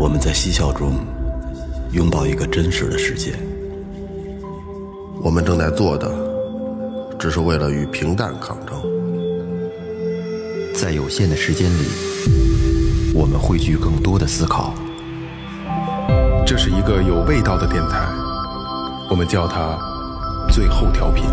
我们在嬉笑中拥抱一个真实的世界。 我们正在做的，只是为了与平淡抗争。 在有限的时间里，我们汇聚更多的思考。 这是一个有味道的电台，我们叫它最后调频。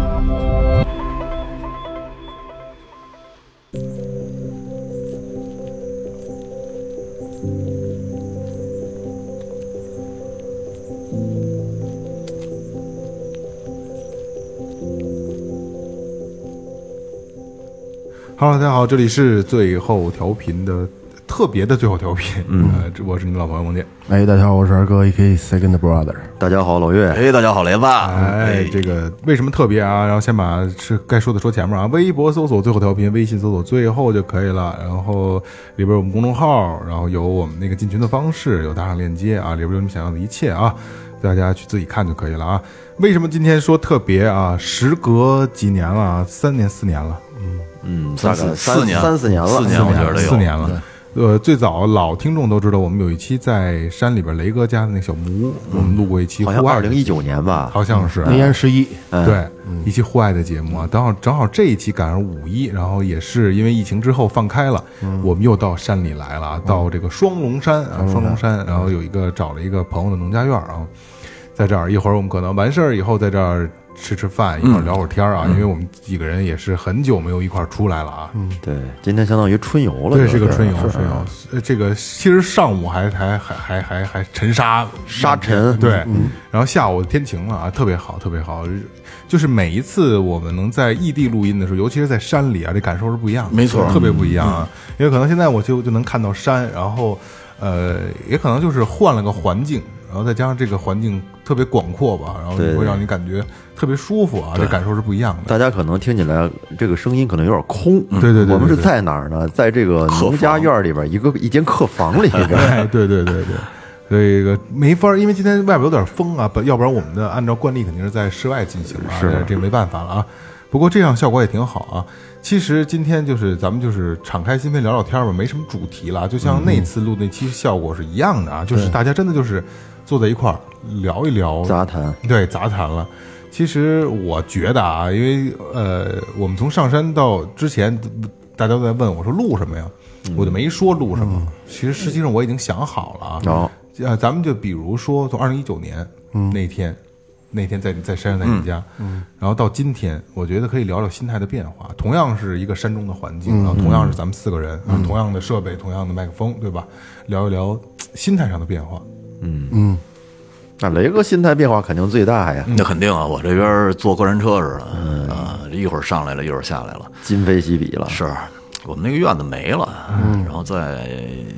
Hello， 大家好，这里是最后调频的特别的最后调频。我是你们老朋友孟健。 哎，大家好，我是二哥 ，A.K. Second Brother。 大家好，老岳。 大家好，雷子。 这个为什么特别啊？然后先把是该说的说前面啊。微博搜索最后调频，微信搜索最后就可以了。然后里边有我们公众号，然后有我们那个进群的方式，有打赏链接啊，里边有你想要的一切啊，大家去自己看就可以了啊。为什么今天说特别啊？时隔几年了，3年4年了。 大概 4年 3、4年了 ，4年我觉得有 4年了。最早老听众都知道，我们有一期在山里边雷哥家的那小木屋，我们录过一期户外， 好像2019年吧， 好像是那年11， 对，一期户外的节目啊。正好这一期赶上5·1，然后也是因为疫情之后放开了，我们又到山里来了，到这个双龙山啊，双龙山，然后找了一个朋友的农家院啊，在这儿一会儿我们可能完事儿以后在这儿吃饭，一块儿聊会儿天啊，因为我们几个人也是很久没有一块儿出来了啊。 对，今天相当于春游了。 对，是个春游。这个其实上午还沉沙尘， 对，然后下午天晴了啊，特别好，特别好。就是每一次我们能在异地录音的时候，尤其是在山里啊，这感受是不一样的， 没错， 特别不一样啊。因为可能现在我就能看到山，然后也可能就是换了个环境。然后再加上这个环境特别广阔吧，然后会让你感觉特别舒服啊，这感受是不一样的。 大家可能听起来这个声音可能有点空， 对， 我们是在哪儿呢？在这个农家院里边一间客房里边。 对，这个没法，因为今天外边有点风啊，要不然我们的按照惯例肯定是在室外进行啊，这个没办法了啊。不过这样效果也挺好啊。其实今天咱们就是敞开心扉聊聊天吧，没什么主题了，就像那次录那期效果是一样的啊，就是大家真的就是坐在一块儿聊一聊， 杂谈， 对，杂谈了。其实我觉得啊，因为我们从上山到之前，大家都在问我说录什么呀，我就没说录什么。其实实际上我已经想好了啊。咱们就比如说从2019年那天在山上在你家，然后到今天，我觉得可以聊聊心态的变化。同样是一个山中的环境，然后同样是咱们4个人，同样的设备，同样的麦克风，对吧？聊一聊心态上的变化。 那雷哥心态变化肯定最大呀。 那肯定啊，我这边坐过山车似的，一会儿上来了，一会儿下来了， 今非昔比了。 是我们那个院子没了，然后在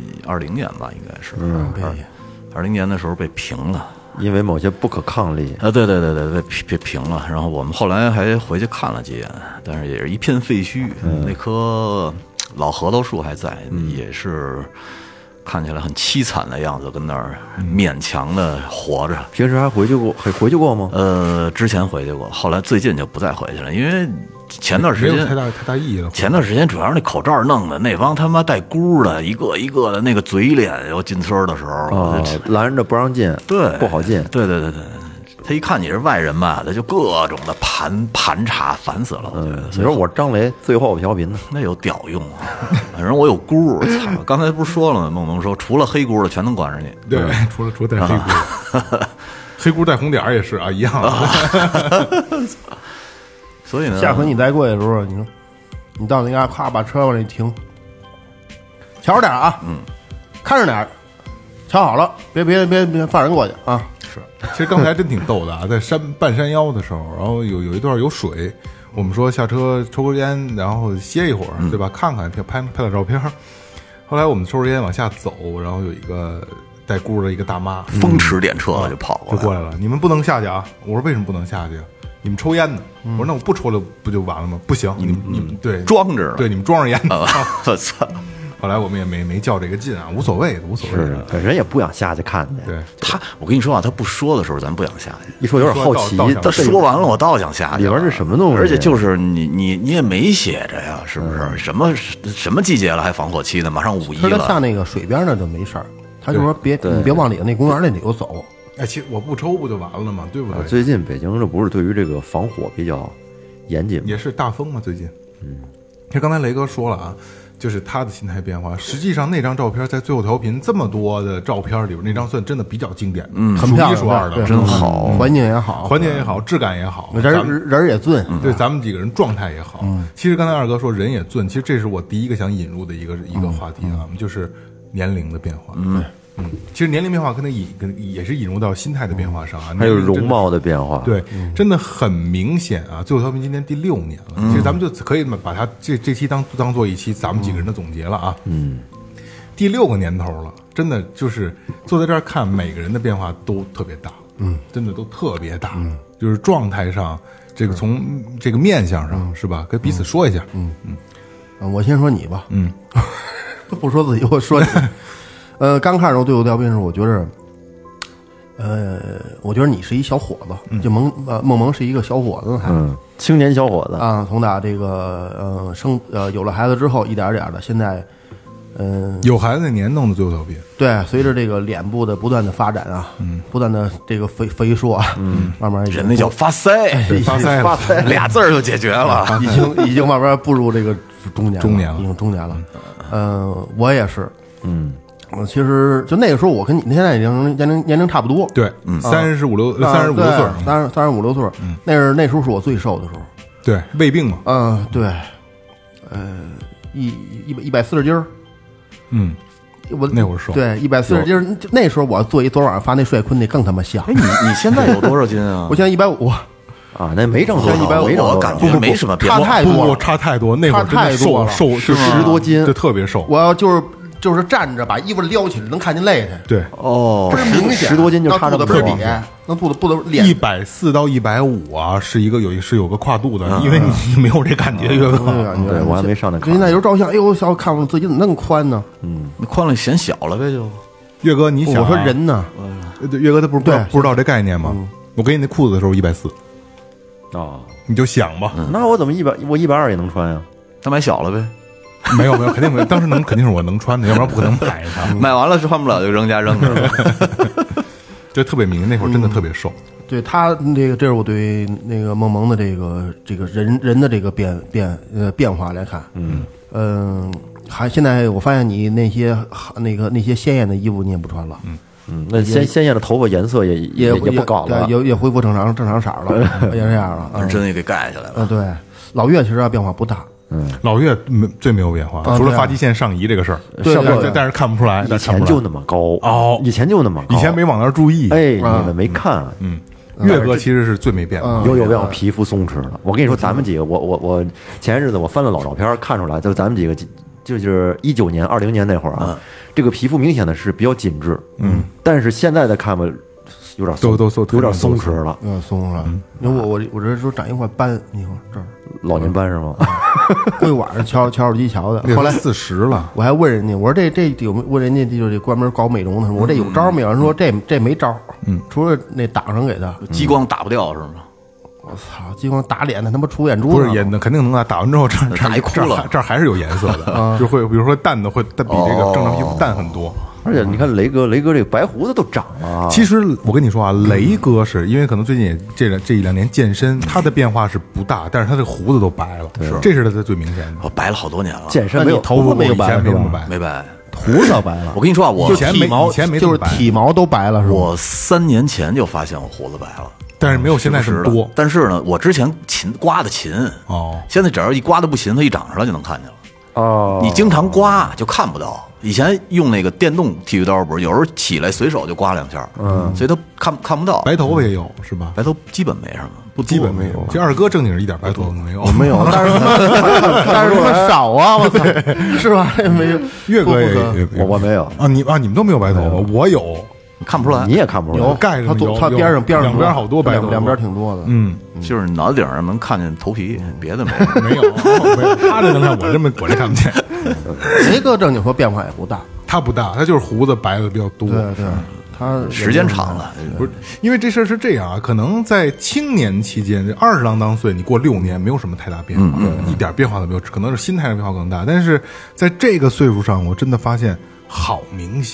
20年吧，应该是20年的时候被平了。 因为某些不可抗力对，被平了。然后我们后来还回去看了几眼，但是也是一片废墟。那棵老核桃树还在，也是看起来很凄惨的样子，跟那儿勉强的活着。 平时还回去过吗？ 之前回去过，后来最近就不再回去了，因为前段时间没有太大意义了。 前段时间主要是那口罩弄的，那帮他妈带箍的，一个一个的那个嘴脸，要进村的时候， 拦着不让进， 对， 不好进。 对，他一看你是外人吧，他就各种的盘查，烦死了。 你说我张雷最后调频呢， 那有屌用啊！反正我有箍，操！刚才不是说了吗？梦梦说，除了黑箍的全能管着你。 对，除了带黑箍，黑箍带红点也是啊，一样的。 所以呢， 下回你再过去的时候，你说你到那嘎咔把车往那停，瞧着点啊，看着点，瞧好了，别放人过去啊。 是，其实刚才还真挺逗的啊，在半山腰的时候，然后有一段有水，我们说下车抽根烟，然后歇一会儿，对吧？看看拍点照片。后来我们抽着烟往下走，然后有一个带箍的一个大妈， 风驰电掣就跑过来了，你们不能下去啊！我说为什么不能下去啊？你们抽烟呢？我说那我不抽了不就完了吗？不行，你们对装着， 对你们装着烟呢。 我操！ 后来我们也没较这个劲啊，无所谓的。 本身也不想下去看去。 对我跟你说啊，他不说的时候咱不想下去， 一说有点好奇。 他说完了，我倒想下去。 里边是什么东西？ 而且就是你也没写着呀，是不是？什么季节了还防火期呢？马上5·1了。 他下那个水边那就没事儿。 他就说别你别往里那公园那里头走。 哎，其实我不抽不就完了吗？对不对？ 最近北京这不是对于这个防火比较严谨吗？ 也是大风嘛，最近。其实刚才雷哥说了啊，就是他的心态变化。实际上那张照片在最后调频这么多的照片里边，那张算真的比较经典的， 很漂亮， 数一数二的， 真好， 环境也好， 环境也好，质感也好， 人也俊， 对，咱们几个人状态也好。其实刚才二哥说人也俊，其实这是我第一个想引入的一个话题啊，就是年龄的变化。其实年龄变化跟也是引入到心态的变化上啊， 还有容貌的变化。 对，真的很明显啊！最后调频今年第6年了，其实咱们就可以把它这期当做一期咱们几个人的总结了啊。第6个年头了，真的就是坐在这儿看每个人的变化都特别大，真的都特别大，就是状态上，这个从这个面相上是吧？跟彼此说一下， 我先说你吧，不说自己，我说你。刚看着最后调频的时候，我觉得你是一小伙子，就梦萌是一个小伙子， 青年小伙子啊，从打这个有了孩子之后，一点点的，现在有孩子那年弄的最后调频， 对，随着这个脸部的不断的发展啊，不断的这个肥硕啊，慢慢人那叫发腮， 发腮俩字儿就解决了， 已经慢慢步入这个中年了，已经中年了。我也是，其实就那个时候，我跟你现在年龄差不多， 对，35、36岁 ，35、6岁，那时候是我最瘦的时候， 对，胃病嘛， 对，140斤儿，我那会儿瘦，对，140斤儿，那时候我做昨晚上发那帅坤那更他妈像。 哎，你现在有多少斤啊？ 我现在150。 啊，那没挣多少， 我感觉没什么变化， 差太多了， 差太多，那会儿真的瘦是10多斤， 就特别瘦。 我就是站着把衣服撩起来，能看见肋胎。 对， 不是明显 10多斤就差这么多。 那肚子不能脸 140到150啊，是有个跨度的，因为你没有这感觉， 对，我还没上那课。 现在有照相，哎呦，小看我自己怎么那么宽呢？ 你宽了显小了呗，就。 岳哥，你想， 我说人呢？ 岳哥他不知道这概念吗？我给你那裤子的时候140。你就想吧， 那我怎么我120也能穿呀？ 他买小了呗？ 没有，肯定没有。当时肯定是我能穿的，要不然不可能买它。 买完了是换不了就扔家扔了。 就特别明，那会儿真的特别瘦。 对他这是我对那个梦萌的这个人的这个变化来看，还现在我发现你那些鲜艳的衣服你也不穿了， 那鲜艳的头发颜色也不搞了， 也恢复正常色了，也这样了， 真也给盖下来了。 对，老岳其实变化不大。 老岳最没有变化，除了发际线上移这个事儿，但是看不出来。 以前就那么高以前就那么高， 以前没往那儿注意。 哎，你们没看。 岳哥其实是最没变化， 有变皮肤松弛的。我跟你说，咱们几个，我前日子我翻了老照片，看出来，就咱们几个就是19年、20年那会儿啊，这个皮肤明显的是比较紧致。但是现在再看吧。有点松弛了， 松了。我这时候长一块斑，你看这儿老年斑是吗？ 会晚上瞧手机瞧的。后来 40了， 我还问人家，我说这有问人家就是专门搞美容的，我说这有招没有？人说这没招，除了那挡上给他激光打不掉是吗？ 我操，激光打脸的他妈出眼珠， 不是眼的肯定能打完之后这打一窟窿， 这儿还是有颜色的，就会比如说淡的会比这个正常皮肤淡很多。 而且你看雷哥这个白胡子都长了。 其实我跟你说啊，雷哥是因为可能最近也这1-2年健身，他的变化是不大，但是他这个胡子都白了，这是他最明显的。 我白了好多年了， 健身没有头发没有白， 没白， 胡子倒白了。 我跟你说啊，我以前没就是体毛都白了，是吧？ 我3年前就发现我胡子白了， 但是没有现在这么多。 但是呢，我之前刮的勤现在只要一刮的不勤，它一长上来就能看见了。你经常刮就看不到。以前用那个电动剃须刀，不是有时候起来随手就刮2下，所以他看不到。 白头发也有是吧？ 白头基本没什么，不基本没有。这二哥正经是一点白头发都没有， 我没有，但是他妈少啊！我操，是吧？没有， 岳哥也我没有啊，你们都没有白头发，我有， 看不出来， 你也看不出来。 有盖着他边上两边好多白头发， 两边挺多的。 就是脑袋顶上能看见头皮，别的没有。他这能看，我这看不见。 雷哥正经说变化也不大， 他不大，他就是胡子白的比较多。 对，他时间长了， 不是因为这事儿是这样啊，可能在青年期间，这20郎当岁，你过6年没有什么太大变化，一点变化都没有，可能是心态上变化更大。但是在这个岁数上，我真的发现好明显。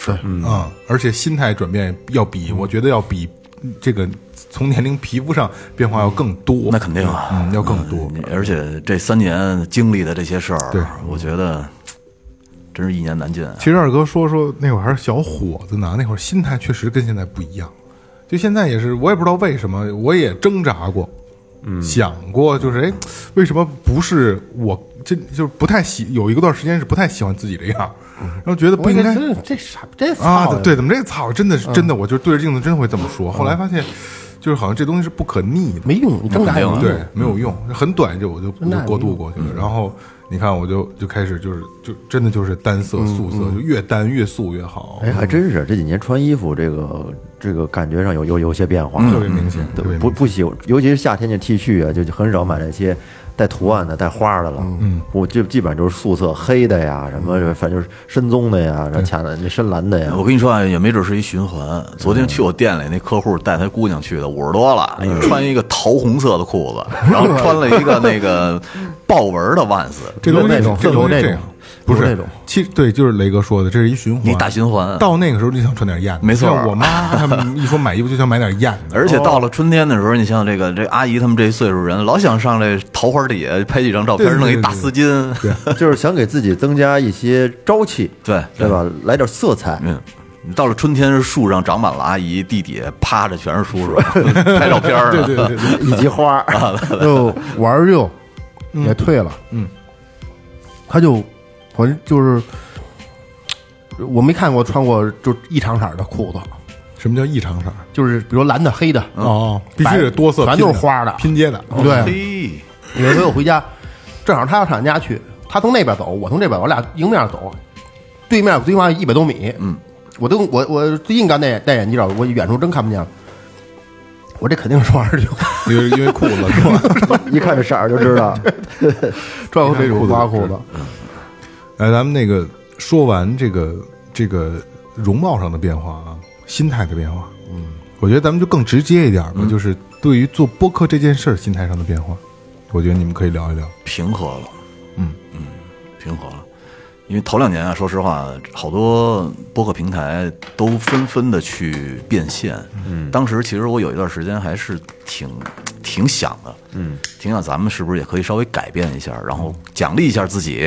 是而且心态转变我觉得要比这个从年龄皮肤上变化要更多。 那肯定啊， 要更多。 而且这3年经历的这些事儿， 对， 我觉得真是一年难见啊。 其实二哥说那会儿还是小伙子呢，那会儿心态确实跟现在不一样。就现在也是，我也不知道为什么，我也挣扎过，想过，就是为什么不是我？这就是不太有一个段时间是不太喜欢自己这样，然后觉得不应该这傻这啊，对，怎么这操，真的是真的，我就对着镜子真会这么说。后来发现，就是好像这东西是不可逆的， 没用，你挣扎也没用， 对，没有用，很短我就过渡过去了。然后你看，我就开始就真的就是单色素色，就越单越素越好。 还真是这几年穿衣服这个感觉上有些变化， 特别明显， 不喜，尤其是夏天的 T 恤啊，就很少买那些带图案的、带花的了。我就基本上就是素色，黑的呀，什么反正就是深棕的呀，然后浅的那深蓝的呀。 我跟你说啊，也没准是一循环。昨天去我店里，那客户带他姑娘去的，50多了，穿一个桃红色的裤子，然后穿了一个那个豹纹的万斯。 这东西这样，不是那种， 对，就是雷哥说的，这是一循环， 一大循环。 到那个时候就想穿点艳的， 没错。 像我妈他们一说买衣服就想买点艳的， 而且到了春天的时候，你像这阿姨他们这岁数人，老想上这桃花底下拍几张照片，弄一大丝巾， 对，就是想给自己增加一些朝气，对吧？来点色彩。 到了春天，树上长满了阿姨，地底下趴着全是叔叔拍照片， 对， 以及花， 就玩就也退了，他就。反正就是我没看过穿过就一长色的裤子。 什么叫一长色？ 就是比如蓝的、黑的必须得多色， 全都是花的拼接的。 对，有一回我回家，正好他要上俺家去，他从那边走，我从这边，我俩迎面走，对面最起码100多米。我最近刚戴眼镜，我远处真看不见了。我这肯定是双耳钉， 因为裤子是吧？ 一看这色儿就知道， 穿过这种花裤子。 咱们那个说完这个容貌上的变化啊，心态的变化，我觉得咱们就更直接一点吧，就是对于做播客这件事儿心态上的变化，我觉得你们可以聊一聊。 平和了，平和了，因为头2年啊，说实话，好多播客平台都纷纷的去变现，当时其实我有一段时间还是挺想的，挺想咱们是不是也可以稍微改变一下，然后奖励一下自己。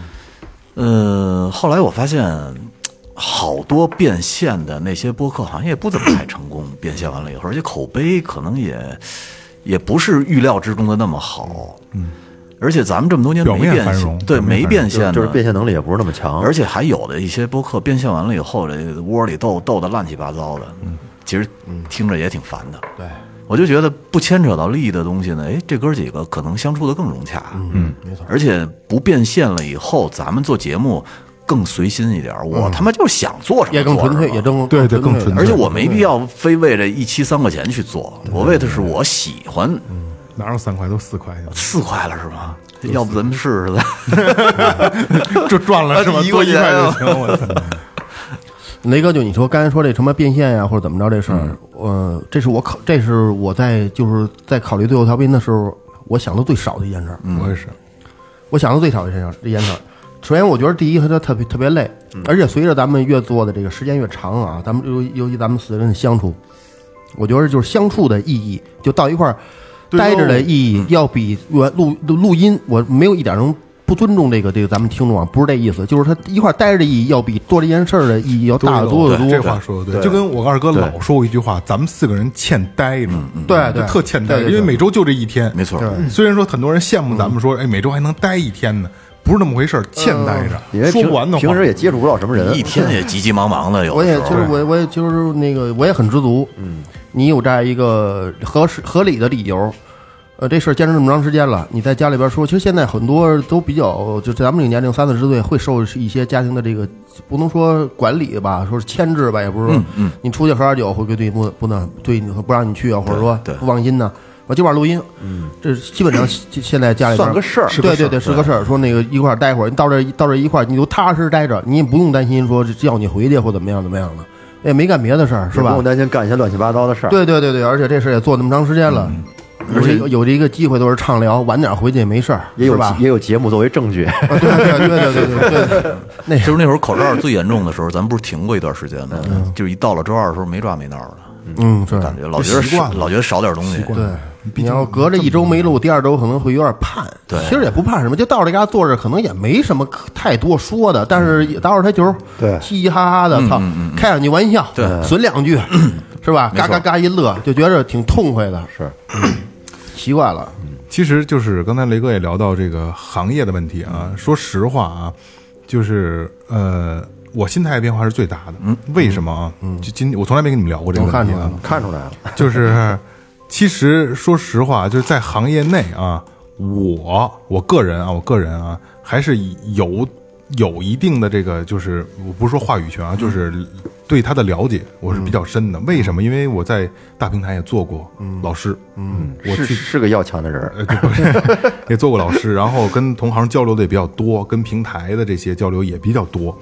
后来我发现，好多变现的那些播客好像也不怎么太成功，变现完了以后，而且口碑可能也不是预料之中的那么好。而且咱们这么多年没变现，对，没变现， 就是变现能力也不是那么强。 而且还有的一些播客变现完了以后，这窝里斗的乱七八糟的，其实听着也挺烦的。对。我就觉得不牵扯到利益的东西呢，这哥几个可能相处的更融洽。 没错。 而且不变现了以后，咱们做节目更随心一点。我他妈就是想做什么， 也更纯粹，也更对，更纯粹。 而且我没必要非为这1期3块钱去做，我为的是我喜欢。 哪有3块，都4块 ，4块了是吗？要不咱们试试再， 就赚了是吧？多1块就行。我操！ 雷哥，就你说刚才说这什么变现呀，或者怎么着这事儿，这是我在考虑最后调频的时候，我想的最少的一件事。 我也是， 我想的最少的这件事。首先，我觉得第一，它特别累，而且随着咱们越做的这个时间越长啊，咱们尤其咱们4个人的相处，我觉得就是相处的意义，就到一块儿待着的意义，要比录音，我没有一点能不尊重这个咱们听众啊，不是这意思，就是他一块待着的意义要比做这件事儿的意义要大得多得多。 这话说的对，就跟我二哥老说过一句话，咱们4个人欠待着， 对， 特欠待，因为每周就这一天， 没错。 虽然说很多人羡慕咱们说，每周还能待1天呢，不是那么回事，欠待着。说不完的话， 平时也接触不到什么人， 一天也急急忙忙的。 我也就是那个，我也很知足。你有这样一个合理的理由。这事儿坚持这么长时间了，你在家里边说，其实现在很多都比较，就咱们这个年龄30-40岁，会受一些家庭的这个不能说管理吧，说是牵制吧，也不是说，你出去喝点酒会对不让你去啊，或者说不放心呢。我今晚录音，这基本上现在家里边算个事儿， 对，是个事儿。说那个一块待会儿，你到这一块，你就踏实待着，你也不用担心说叫你回去或怎么样的，也没干别的事儿，是吧？ 不用担心干一些乱七八糟的事儿。 对，而且这事也做那么长时间了。 有这个机会都是畅聊，晚点回去也没事儿， 也是吧？ 有节目作为证据。 对，那就是那会儿口罩最严重的时候，咱不是停过一段时间吗？就是一到了周二的时候没抓没闹的， 是感觉老觉得少点东西。 对，你要隔着一周没录，第二周可能会有点盼。 对， 其实也不怕什么，就到这嘎坐着，可能也没什么太多说的。但是打会儿台球， 对， 嘻嘻哈哈的，操，开两句玩笑， 对， 损两句，是吧？嘎嘎嘎一乐，就觉着挺痛快的。 是， 习惯了。 其实就是刚才雷哥也聊到这个行业的问题啊。说实话啊，就是我心态变化是最大的。为什么啊？就我从来没跟你们聊过这个问题啊。 看出来了， 就是其实说实话，就是在行业内啊，我个人啊，还是有一定的这个，就是我不是说话语权啊，就是对他的了解我是比较深的。为什么？因为我在大平台也做过老师，我是个要强的人， 也做过老师，然后跟同行交流的也比较多，跟平台的这些交流也比较多。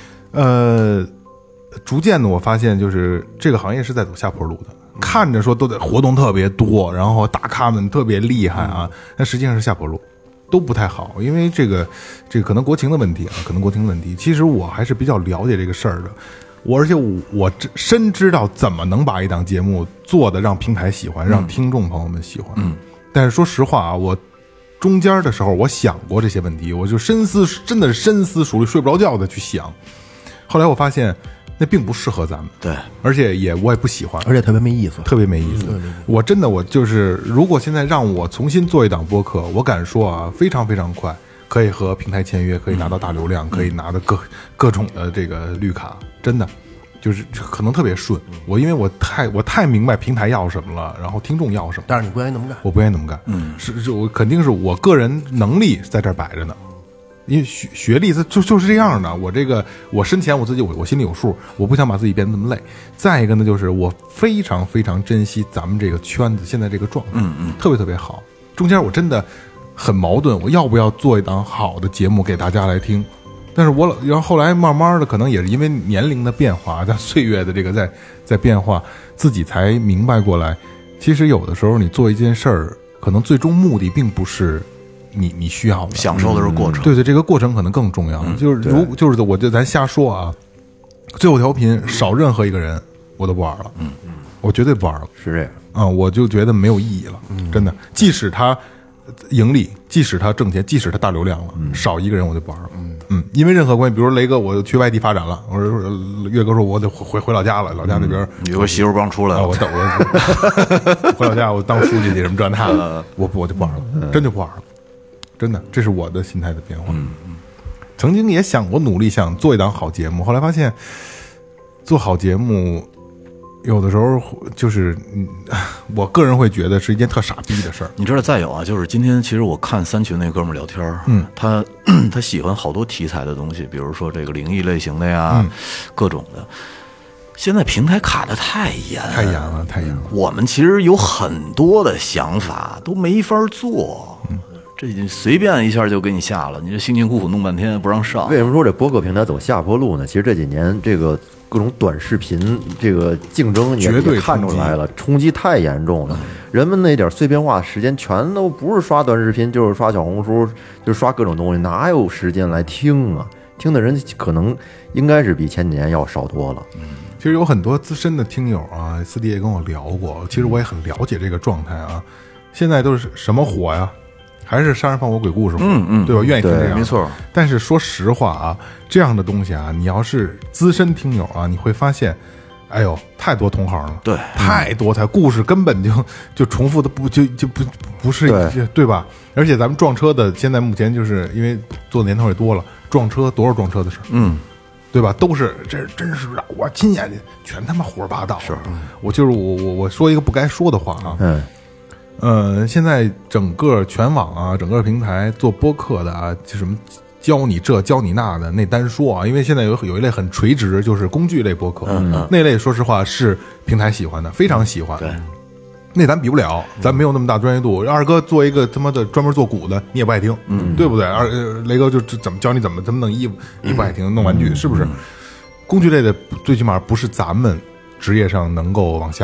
逐渐的我发现，就是这个行业是在走下坡路的。看着说都得活动特别多，然后大咖们特别厉害啊，但实际上是下坡路，都不太好。因为这个可能国情的问题啊，其实我还是比较了解这个事儿的。而且我深知道怎么能把一档节目做的让平台喜欢，让听众朋友们喜欢。但是说实话啊，我中间的时候我想过这些问题，我就真的是深思熟虑，睡不着觉的去想。后来我发现那并不适合咱们， 对， 而且我也不喜欢， 而且特别没意思。我真的我就是如果现在让我重新做一档播客，我敢说啊，非常非常快可以和平台签约，可以拿到大流量，可以拿到各种的这个绿卡，真的就是可能特别顺。因为我太明白平台要什么了，然后听众要什么， 但是你不愿意那么干， 我不愿意那么干。是我肯定是我个人能力在这儿摆着呢。因为学历就是这样的，我身前我自己我心里有数，我不想把自己变得那么累。再一个呢，就是我非常非常珍惜咱们这个圈子现在这个状态，特别特别好。中间我真的很矛盾，我要不要做一档好的节目给大家来听？但是然后后来慢慢的，可能也是因为年龄的变化，在岁月的这个在变化，自己才明白过来，其实有的时候你做一件事儿，可能最终目的并不是你需要的， 享受的是过程。 对，这个过程可能更重要。就是咱瞎说啊，最后调频少任何一个人我都不玩了，我绝对不玩了， 是这样啊，我就觉得没有意义了，真的。即使他盈利，即使他挣钱，即使他大流量了，少一个人我就不玩了。因为任何关系，比如雷哥，我去外地发展了，我说岳哥说我得回老家了，老家那边有个媳妇不让出来了， 我回老家我当书记去什么这那的，我就不玩了，真就不玩了。真的，这是我的心态的变化。曾经也想过努力想做一档好节目，后来发现做好节目有的时候就是我个人会觉得是一件特傻逼的事儿。 你知道再有啊，就是今天其实我看三群那哥们儿聊天，他喜欢好多题材的东西，比如说这个灵异类型的呀，各种的。现在平台卡得太严了。 我们其实有很多的想法都没法做。这随便一下就给你下了，你这辛辛苦苦弄半天不让上。 为什么说这播客平台走下坡路呢？其实这几年这个各种短视频这个竞争也看出来了，冲击太严重了。人们那点碎片化时间全都不是刷短视频，就是刷小红书，就是刷各种东西，哪有时间来听啊？听的人可能应该是比前几年要少多了。 其实有很多资深的听友啊，私底也跟我聊过，其实我也很了解这个状态啊。现在都是什么火呀？还是杀人放火鬼故事嘛，对吧？愿意听这样， 没错。 但是说实话啊，这样的东西啊，你要是资深听友啊，你会发现，哎呦，太多同行了， 对， 太多故事根本就重复的不是对吧？而且咱们撞车的现在目前就是因为做的年头也多了，撞车多少撞车的事，对吧？都是这是真实的，我亲眼见，全他妈胡说八道。是，我说一个不该说的话啊。现在整个全网啊，整个平台做播客的啊，就什么教你这教你那的那单说啊，因为现在有一类很垂直，就是工具类播客，那类说实话是平台喜欢的，非常喜欢。对，那咱比不了，咱没有那么大专业度。二哥做一个他妈的专门做鼓的，你也不爱听，对不对？雷哥就怎么教你怎么弄衣服，你不爱听，弄玩具是不是？工具类的最起码不是咱们职业上能够往下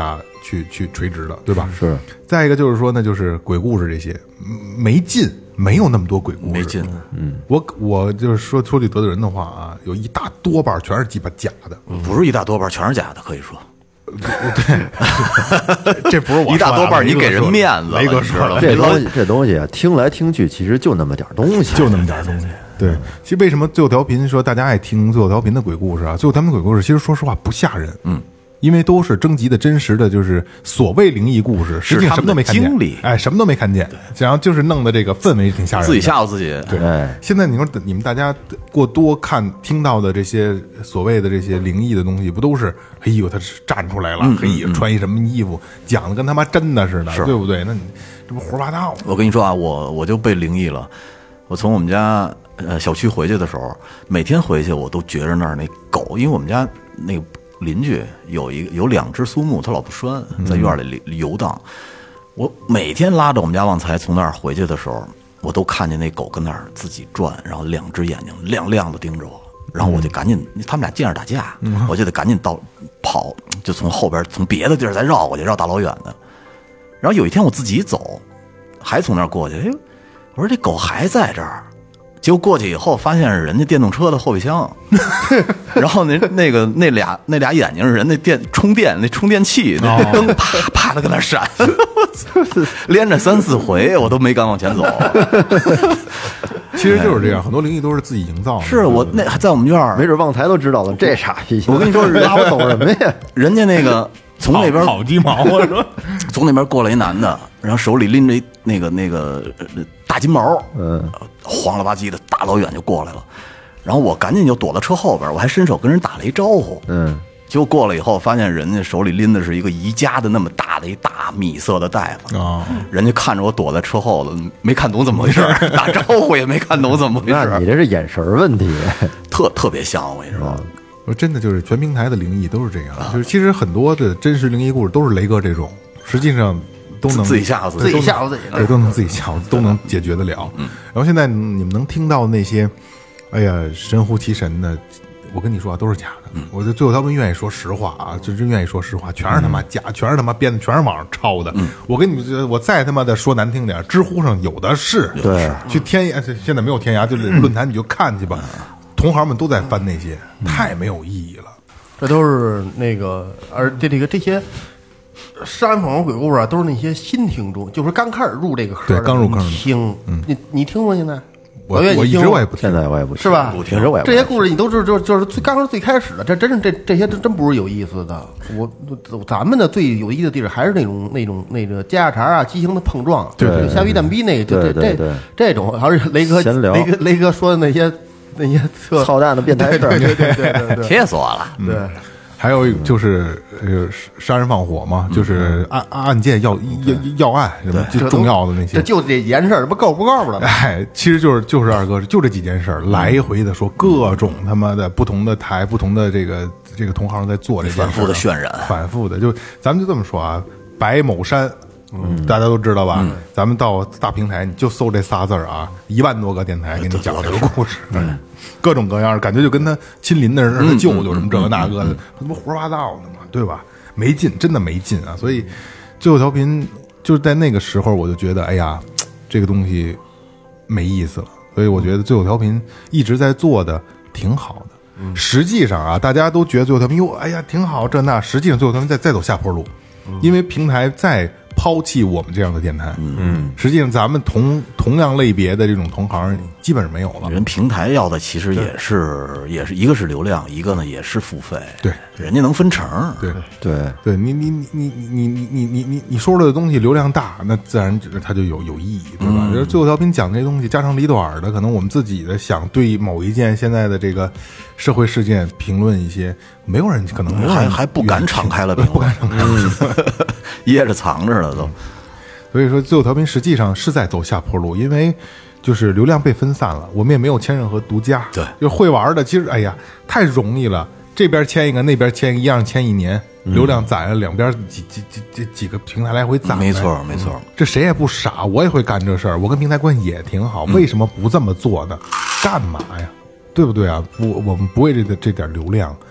去垂直的，对吧？ 是。 再一个就是说呢，就是鬼故事这些没劲，没有那么多鬼故事， 没劲。 我就是说句得罪人的话啊，有一大多半全是鸡巴假的， 不是一大多半全是假的，可以说。 这不是我说的一大多半你给人面子了， 雷哥说的。 这东西啊，听来听去其实就那么点东西， 就那么点东西。对，其实为什么最后调频说大家爱听最后调频的鬼故事啊？最后调频鬼故事其实说实话不吓人，因为都是征集的真实的，就是所谓灵异故事，实际上什么都没看见， 经历， 什么都没看见，然后就是弄的这个氛围挺吓人的， 自己吓唬自己。 对，现在你说你们大家过多听到的这些所谓的这些灵异的东西，不都是哎呦他站出来了，哎呦穿一什么衣服，讲的跟他妈真的似的，对不对？那你这不胡说八道吗？ 我跟你说啊，我就被灵异了。我从我们家小区回去的时候，每天回去我都觉着那儿那狗，因为我们家那个邻居有2只苏木，它老不拴，在院里游荡。我每天拉着我们家旺财从那儿回去的时候，我都看见那狗跟那儿自己转，然后2只眼睛亮亮的盯着我，然后我就赶紧，他们俩见着打架，我就得赶紧跑，就从后边从别的地儿再绕过去，绕大老远的。然后有一天我自己走，还从那儿过去，哎，我说这狗还在这儿。结果过去以后，发现是人家电动车的后备箱，然后那俩眼睛是人那充电器，那灯啪啪的跟那闪，连着3、4回我都没敢往前走。 其实就是这样，很多灵异都是自己营造的。 是我那在我们院儿， 没准旺财都知道了，这傻脾气。 我跟你说， 拉我走什么呀？ 人家那个从那边跑鸡毛，我说从那边过来一男的，然后手里拎着一那个大金毛，黄了吧唧的，大老远就过来了。然后我赶紧就躲到车后边，我还伸手跟人打了一招呼。结果过了以后，发现人家手里拎的是一个宜家的那么大的一大米色的袋子。人家看着我躲在车后头，没看懂怎么回事，打招呼也没看懂怎么回事。 那你这是眼神问题， 特别像我跟你说。 我真的就是全平台的灵异都是这样，就是其实很多的真实灵异故事都是雷哥这种，实际上都能自己吓唬自己， 对，都能自己吓唬，都能解决得了。然后现在你们能听到那些，哎呀神乎其神的，我跟你说啊，都是假的。我就最后他们愿意说实话啊，就真愿意说实话，全是他妈假，全是他妈编的，全是网上抄的。我跟你们，我再他妈的说难听点，知乎上有的是， 对， 去天涯，现在没有天涯，就是论坛你就看去吧。同行们都在翻那些，太没有意义了。 这都是那个，而这些杀人放火鬼故事啊，都是那些新听众，就是刚开始入这个坑， 对，刚入坑听。你听过现在？ 我一直我也不听， 现在我也不听， 是吧？ 平时我也不这些故事你都就是最开始的，这些真不是有意思的。咱们的最有意思的地方还是那个家常啊，激情的碰撞， 对， 瞎逼蛋逼那个，这种，还是雷哥说的那些操蛋的变态事儿， 对， 气死我了。 对， 还有就是杀人放火嘛，就是案件要案什么就重要的那些， 就这几件事儿，不够的。 哎，其实就是二哥就这几件事儿，来回的说各种他妈的不同的台、不同的这个同行在做这件事， 反复的渲染， 反复的，就咱们就这么说啊，白某山。大家都知道吧？咱们到大平台，你就搜这仨字儿啊，1万多个电台给你讲这个故事，各种各样，感觉就跟他亲邻的人似的，舅舅什么这个那个的，他妈胡说八道的嘛，对吧？没劲，真的没劲啊！所以最后调频就是在那个时候，我就觉得，哎呀，这个东西没意思了。所以我觉得最后调频一直在做的挺好的。实际上啊，大家都觉得最后调频哟，哎呀挺好这那，实际上最后调频再走下坡路，因为平台在抛弃我们这样的电台，实际上咱们同样类别的这种同行基本上没有了。 人平台要的其实也是一个是流量，一个呢也是付费， 对， 人家能分成， 对，你说的东西流量大，那自然它就有意义，对吧？就是最后调频讲这些东西家长里短的，可能我们自己的想对某一件现在的这个社会事件评论一些，没有人可能还不敢敞开了评论， 不敢敞开了， 掖着藏着了都。 所以说最后调频实际上是在走下坡路，因为就是流量被分散了，我们也没有签任何独家， 对， 就会玩的其实哎呀太容易了，这边签一个那边签一个，一样签1年，流量攒了两边几个平台来回攒， 没错， 这谁也不傻，我也会干这事儿，我跟平台关系也挺好，为什么不这么做呢？干嘛呀？对不对啊？我们不为这点流量，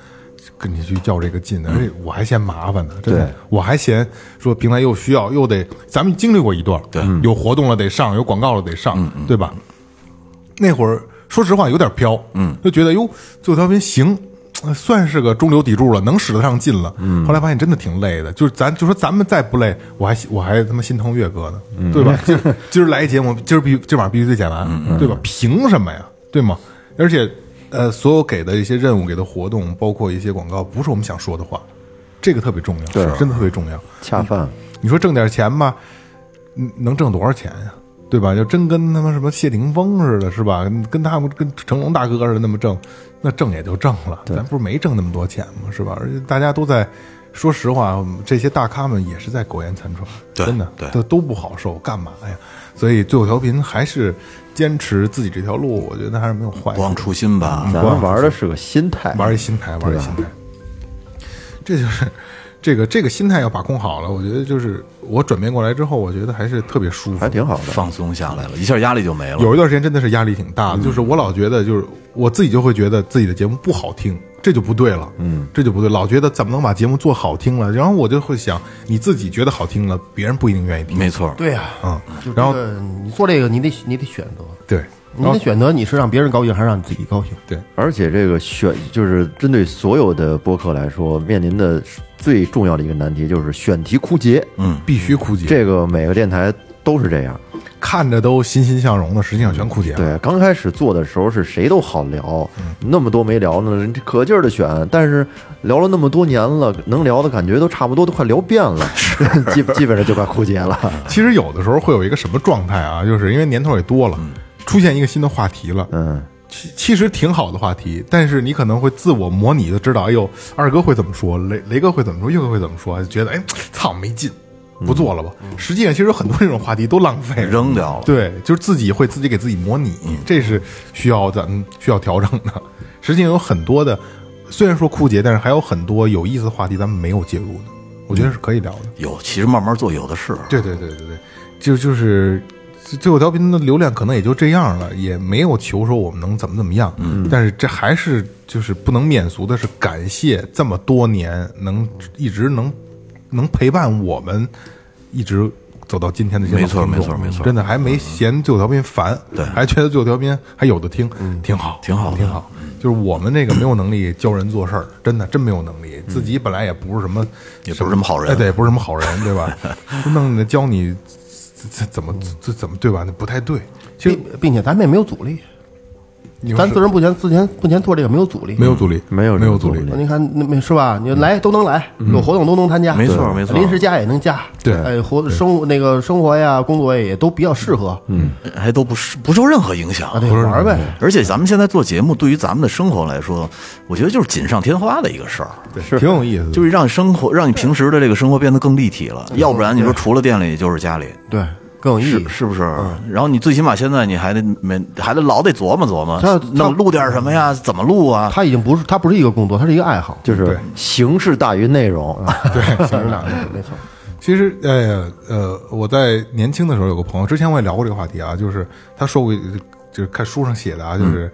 跟你去较这个劲，而且我还嫌麻烦呢，真的对， 我还嫌说平台又需要又得，咱们经历过一段， 对， 有活动了得上，有广告了得上，对吧？那会儿说实话有点飘，就觉得哟，最后调频行。算是个中流砥柱了，能使得上劲了。后来发现真的挺累的，就是就说咱们再不累，我还他妈心疼岳哥呢，对吧？今儿来一节目，今晚上必须得剪完，对吧？凭什么呀？对吗？而且所有给的一些任务、给的活动，包括一些广告，不是我们想说的话，这个特别重要， 对， 真的特别重要。 恰饭， 你说挣点钱吧，能挣多少钱呀？对吧？就真跟他妈什么谢霆锋似的，是吧？跟他们跟成龙大哥似的那么挣，那挣也就挣了，咱不是没挣那么多钱吗？是吧？而且大家都在，说实话，这些大咖们也是在苟延残喘，真的，都不好受，干嘛呀？所以最后调频还是坚持自己这条路，我觉得还是没有坏。 不忘初心吧， 咱们玩的是个心态， 玩一心态，这就是这个心态要把控好了，我觉得就是我转变过来之后，我觉得还是特别舒服， 还挺好的， 放松下来了，一下压力就没了。 有一段时间真的是压力挺大的，就是我老觉得，就是我自己就会觉得自己的节目不好听，这就不对了，这就不对，老觉得怎么能把节目做好听了，然后我就会想，你自己觉得好听了，别人不一定愿意听， 没错， 对呀， 然后你做这个，你得选择， 对。 你得选择你是让别人高兴还是让你自己高兴。 对， 而且这个就是针对所有的播客来说，面临的最重要的一个难题就是选题枯竭。 必须枯竭。 这个每个电台都是这样， 看着都欣欣向荣的，实际上全枯竭了。 对，刚开始做的时候是谁都好聊，那么多没聊呢，可劲儿的选，但是聊了那么多年了，能聊的感觉都差不多，都快聊遍了，基本上就快枯竭了。 其实有的时候会有一个什么状态啊，就是因为年头也多了。出现一个新的话题了，其实挺好的话题，但是你可能会自我模拟的知道，哎呦，二哥会怎么说，雷哥会怎么说，岳哥会怎么说，就觉得哎，操，没劲，不做了吧。实际上，其实有很多这种话题都浪费了， 扔掉了。 对，就是自己给自己模拟，这是咱们需要调整的。实际上有很多的，虽然说枯竭，但是还有很多有意思的话题咱们没有介入的，我觉得是可以聊的。 有，其实慢慢做有的是。 对，就是。最后调频的流量可能也就这样了，也没有求说我们能怎么样，但是这还是就是不能免俗的是感谢这么多年一直能陪伴我们一直走到今天的这些没错， 真的还没嫌最后调频烦， 对， 还觉得最后调频还有的听，挺好。就是我们这个没有能力教人做事儿，真没有能力，自己本来也不是什么好人， 对，不是什么好人，对吧？弄教你。怎么对吧？那不太对。其实， 并且咱们也没有阻力，咱自人目前做这个没有阻力， 没有阻力。 你看那是吧？你来都能来，有活动都能参加， 没错。 临时加也能加， 对， 生活呀、工作也都比较适合， 还都不受任何影响， 玩呗。 而且咱们现在做节目，对于咱们的生活来说，我觉得就是锦上添花的一个事儿， 对，挺有意思的， 就是让你平时的这个生活变得更立体了。要不然你说除了店里就是家里， 对。更有意义， 是不是？然后你最起码现在你还得老得琢磨，能录点什么呀？怎么录啊？ 它不是一个工作，它是一个爱好， 就是形式大于内容。 对，形式大于内容，没错。其实，我在年轻的时候有个朋友，之前我也聊过这个话题啊，就是他说过，就是看书上写的啊，就是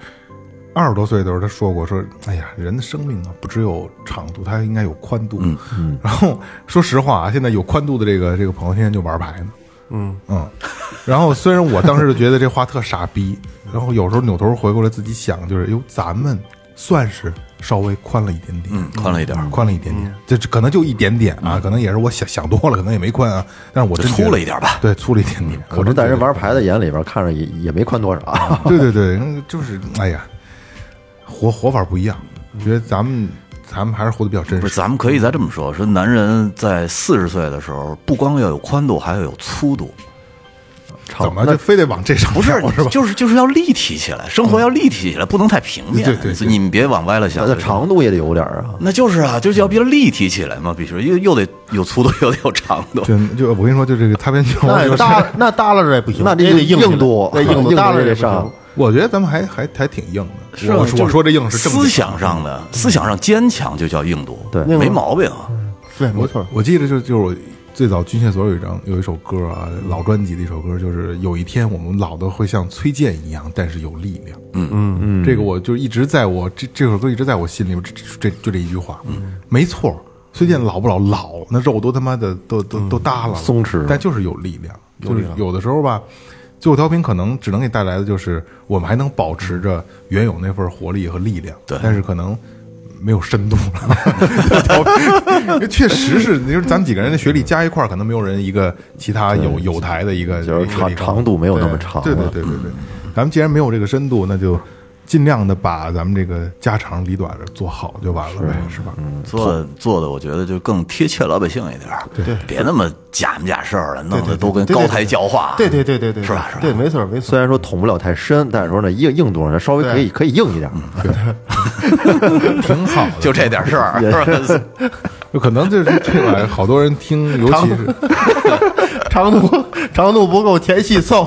20多岁的时候他说过，说哎呀，人的生命啊，不只有长度，它应该有宽度。然后说实话啊，现在有宽度的这个朋友天天就玩牌呢。然后虽然我当时就觉得这话特傻逼，然后有时候扭头回过来自己想，就是咱们算是稍微宽了一点点， 宽了一点， 这可能就一点点啊，可能也是我想多了，可能也没宽啊，但是我真粗了一点吧， 对，粗了一点点。 我这在人玩牌的眼里边看着也没宽多少。 对，就是哎呀，活法不一样，我觉得咱们还是活得比较真实。 不是，咱们可以再这么说，男人在40岁的时候，不光要有宽度，还要有粗度。 怎么就非得往这上？ 不是吧？ 就是要立体起来，生活要立体起来，不能太平面。 对， 你们别往歪了想。 那长度也得有点啊。 那就是啊，就是要比它立体起来嘛，必须又得有粗度，又得有长度。 就我跟你说，就这个擦边球， 那耷拉着也不行， 那得硬度， 硬度耷拉着也上。 我觉得咱们还挺硬的。 是我说这硬是思想上坚强就叫硬度， 对， 没毛病。 对，没错。 我记得就是最早军械所有一首歌啊，老专辑的一首歌，就是有一天我们老的会像崔健一样，但是有力量。这个我就一直在我这首歌一直在我心里，就这一句话，没错。崔健老不老，那肉都他妈的都耷了， 松弛， 但就是有力量。就是有的时候吧，最后调频可能只能给带来的就是我们还能保持着原有那份活力和力量， 对， 但是可能没有深度了。因为确实是，你说咱们几个人的学历加一块儿，可能没有人一个其他有台的一个就是长度没有那么长。 对。咱们既然没有这个深度，那就尽量的把咱们这个家长里短的做好就完了呗，是吧？ 做的，我觉得就更贴切老百姓一点，对，别那么假模假式的，弄得都跟高台教化， 对， 是吧？ 对，没错。 虽然说捅不了太深，但是说呢，硬度上稍微可以硬一点， 挺好的， 就这点事儿， 有可能就是这玩意儿，好多人听，尤其是长度不够，前戏凑。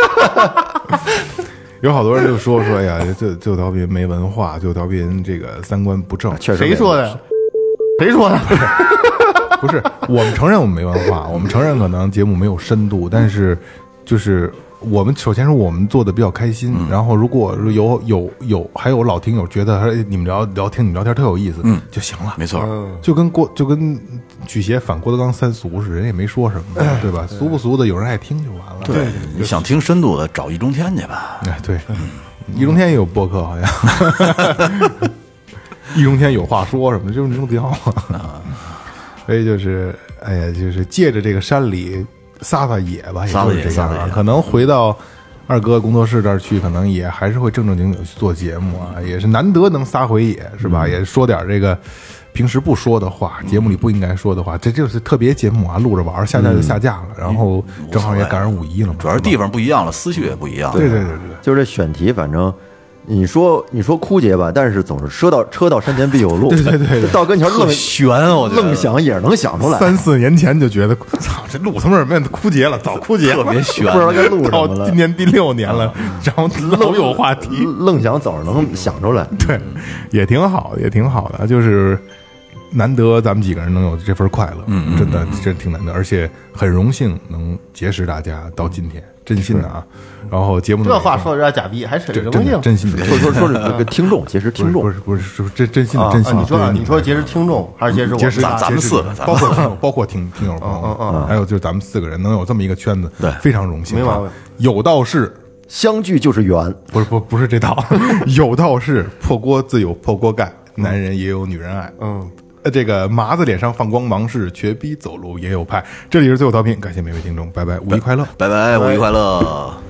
有好多人就说，哎呀，这最后调频没文化，最后调频这个三观不正。 确实， 谁说的？谁说的？ 不是，我们承认我们没文化，我们承认可能节目没有深度，但是就是我们首先是我们做的比较开心，然后如果还有老听友觉得你们听你们聊天特有意思，就行了， 没错， 就跟曲协反郭德纲三俗似的，人也没说什么，对吧？俗不俗的，有人爱听就完了。 对，你想听深度的，找易中天去吧。 哎，对，易中天也有播客，好像。易中天有话说什么，就是名字挺好啊。所以就是，哎呀，就是借着这个山里撒野吧，也就是这样啊。可能回到二哥工作室这儿去，可能也还是会正经去做节目啊，也是难得能撒回野，是吧？也说点这个平时不说的话，节目里不应该说的话，这就是特别节目啊，录着玩，下架就下架了，然后正好也赶上5·1了嘛， 主要是地方不一样了，思绪也不一样。 对， 就是这选题，反正。你说枯竭吧，但是总是车到山前必有路。对，到跟前愣悬，我觉得愣想也能想出来。 3、4年前就觉得，操，这路他妈什么枯竭了，早枯竭了， 特别悬， 不知道该录什么了。 到今年第6年了，然后老有话题， 愣想早上能想出来。 对，也挺好的，就是难得咱们几个人能有这份快乐，真挺难得，而且很荣幸能结识大家到今天，真心的啊。然后节目这话说的有点假逼，还是荣幸， 真心的。 说这个听众结识听众， 不是真心的真心的。 你说结识听众还是结识咱们四个， 包括听友朋友，还有就是咱们4个人能有这么一个圈子， 对， 非常荣幸。 没毛病。 有道是相聚就是缘， 不是这套。有道是破锅自有破锅盖，男人也有女人爱。这个麻子脸上放光芒是瘸逼走路也有派。这里是最后调频，感谢每位听众，拜拜，5·1快乐， 拜拜，5·1快乐。